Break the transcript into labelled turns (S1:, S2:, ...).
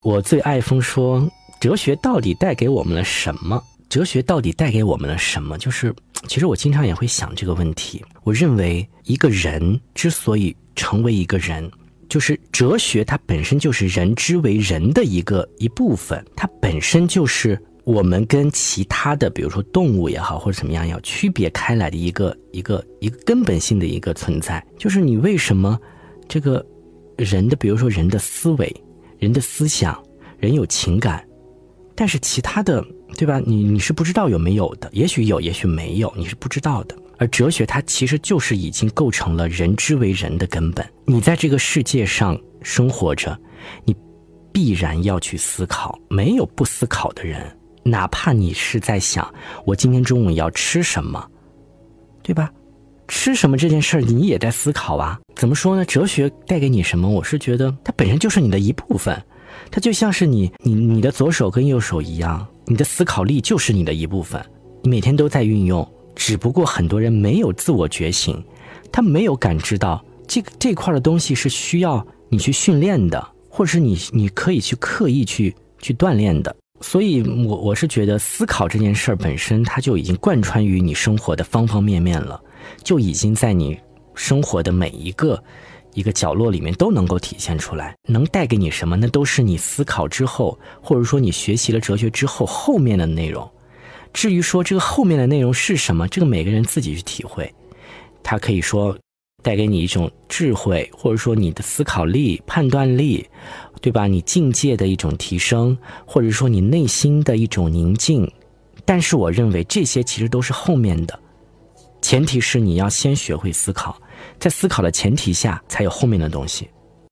S1: 我最爱疯说哲学到底带给我们了什么？哲学到底带给我们了什么？就是其实我经常也会想这个问题。我认为一个人之所以成为一个人，就是哲学它本身就是人之为人的一部分，它本身就是我们跟其他的比如说动物也好或者怎么样要区别开来的一个根本性的一个存在。就是你为什么这个人的比如说人的思维、人的思想、人有情感，但是其他的对吧，你是不知道有没有的，也许有也许没有，你是不知道的。而哲学它其实就是已经构成了人之为人的根本。你在这个世界上生活着，你必然要去思考，没有不思考的人。哪怕你是在想我今天中午要吃什么，对吧？吃什么这件事儿你也在思考啊。怎么说呢？哲学带给你什么？我是觉得它本身就是你的一部分，它就像是你的左手跟右手一样，你的思考力就是你的一部分，你每天都在运用，只不过很多人没有自我觉醒，他没有感知到这块的东西是需要你去训练的，或者是你可以去刻意去锻炼的。所以我是觉得思考这件事儿本身它就已经贯穿于你生活的方方面面了，就已经在你生活的每一个角落里面都能够体现出来。能带给你什么，那都是你思考之后，或者说你学习了哲学之后后面的内容。至于说这个后面的内容是什么，这个每个人自己去体会。它可以说带给你一种智慧，或者说你的思考力、判断力，对吧？你境界的一种提升，或者说你内心的一种宁静。但是我认为这些其实都是后面的，前提是你要先学会思考，在思考的前提下才有后面的东西。